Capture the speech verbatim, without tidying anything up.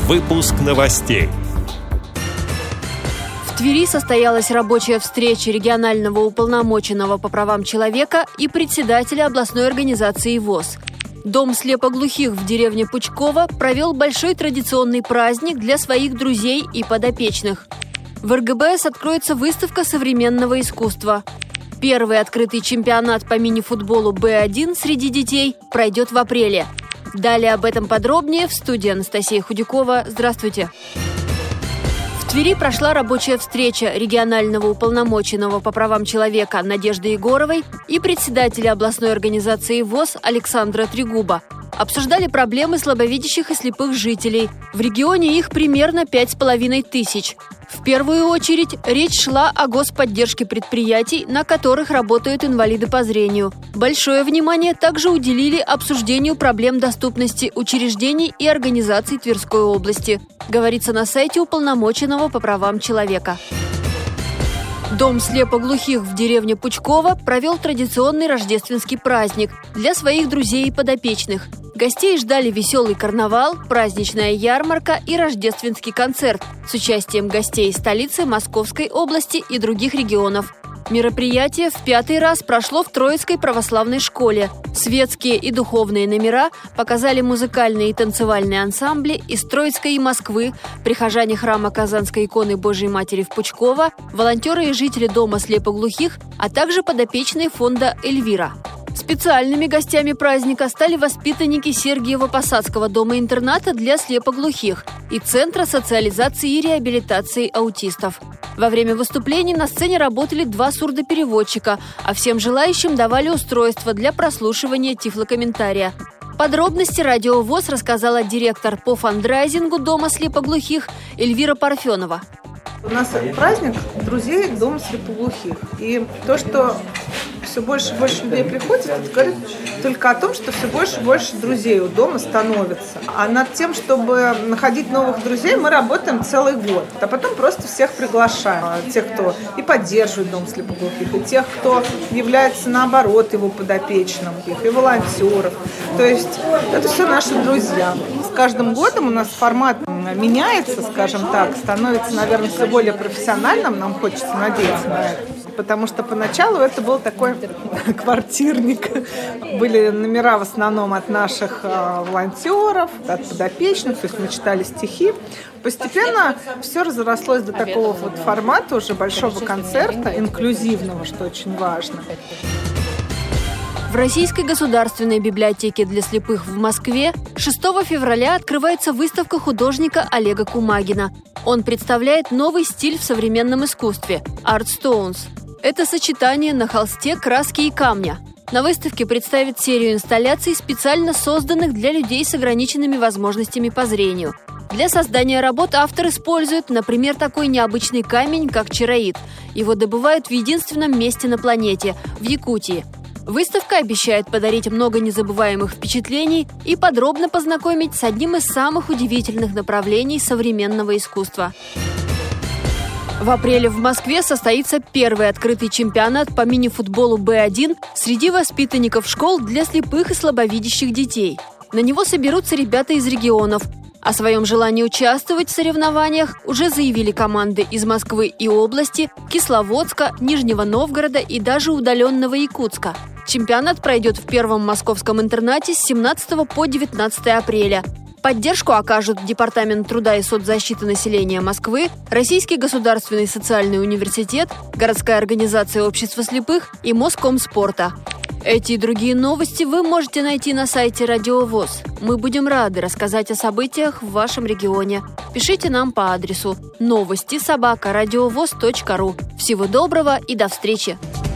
Выпуск новостей. В Твери состоялась рабочая встреча регионального уполномоченного по правам человека и председателя областной организации ВОС. Дом слепоглухих в деревне Пучково провел большой традиционный праздник для своих друзей и подопечных. В эр гэ бэ эс откроется выставка современного искусства. Первый открытый чемпионат по мини-футболу бэ один среди детей пройдет в апреле. Далее об этом подробнее в студии Анастасия Худякова. Здравствуйте! В Твери прошла рабочая встреча регионального уполномоченного по правам человека Надежды Егоровой и председателя областной организации ВОС Александра Трегуба. Обсуждали проблемы слабовидящих и слепых жителей. В регионе их примерно пять с половиной тысяч. В первую очередь речь шла о господдержке предприятий, на которых работают инвалиды по зрению. Большое внимание также уделили обсуждению проблем доступности учреждений и организаций Тверской области, говорится на сайте уполномоченного по правам человека. Дом слепоглухих в деревне Пучково провел традиционный рождественский праздник для своих друзей и подопечных. Гостей ждали веселый карнавал, праздничная ярмарка и рождественский концерт с участием гостей столицы Московской области и других регионов. Мероприятие в пятый раз прошло в Троицкой православной школе. Светские и духовные номера показали музыкальные и танцевальные ансамбли из Троицкой и Москвы, прихожане храма Казанской иконы Божией Матери в Пучково, волонтеры и жители дома слепоглухих, а также подопечные фонда «Эльвира». Специальными гостями праздника стали воспитанники Сергиево-Посадского дома-интерната для слепоглухих и Центра социализации и реабилитации аутистов. Во время выступлений на сцене работали два сурдопереводчика, а всем желающим давали устройства для прослушивания тифлокомментария. Подробности Радио ВОС рассказала директор по фандрайзингу дома слепоглухих Эльвира Парфенова. У нас праздник друзей дома слепоглухих. И то, что все больше и больше людей приходит, это говорит только о том, что все больше и больше друзей у дома становится. А над тем, чтобы находить новых друзей, мы работаем целый год. А потом просто всех приглашаем. Тех, кто и поддерживает дом слепоглухих, и тех, кто является, наоборот, его подопечным, и волонтеров. То есть это все наши друзья. С каждым годом у нас формат меняется, скажем так, становится, наверное, все более профессиональным. Нам хочется надеяться на это. Потому что поначалу это был такой квартирник. Были номера в основном от наших э, волонтеров, от подопечных, то есть мы читали стихи. Постепенно все разрослось до такого вот формата уже большого концерта, инклюзивного, что очень важно. В Российской государственной библиотеке для слепых в Москве шестого февраля открывается выставка художника Олега Кумагина. Он представляет новый стиль в современном искусстве – Art Stones. Это сочетание на холсте, краски и камня. На выставке представит серию инсталляций, специально созданных для людей с ограниченными возможностями по зрению. Для создания работ автор использует, например, такой необычный камень, как чароит. Его добывают в единственном месте на планете – в Якутии. Выставка обещает подарить много незабываемых впечатлений и подробно познакомить с одним из самых удивительных направлений современного искусства. В апреле в Москве состоится первый открытый чемпионат по мини-футболу бэ один среди воспитанников школ для слепых и слабовидящих детей. На него соберутся ребята из регионов. О своем желании участвовать в соревнованиях уже заявили команды из Москвы и области, Кисловодска, Нижнего Новгорода и даже удаленного Якутска. Чемпионат пройдет в первом московском интернате с семнадцатого по девятнадцатое апреля. Поддержку окажут Департамент труда и соцзащиты населения Москвы, Российский государственный социальный университет, Городская организация общества слепых и Москомспорта. Эти и другие новости вы можете найти на сайте Радио ВОС. Мы будем рады рассказать о событиях в вашем регионе. Пишите нам по адресу новости собака радиовос точка ру. Всего доброго и до встречи!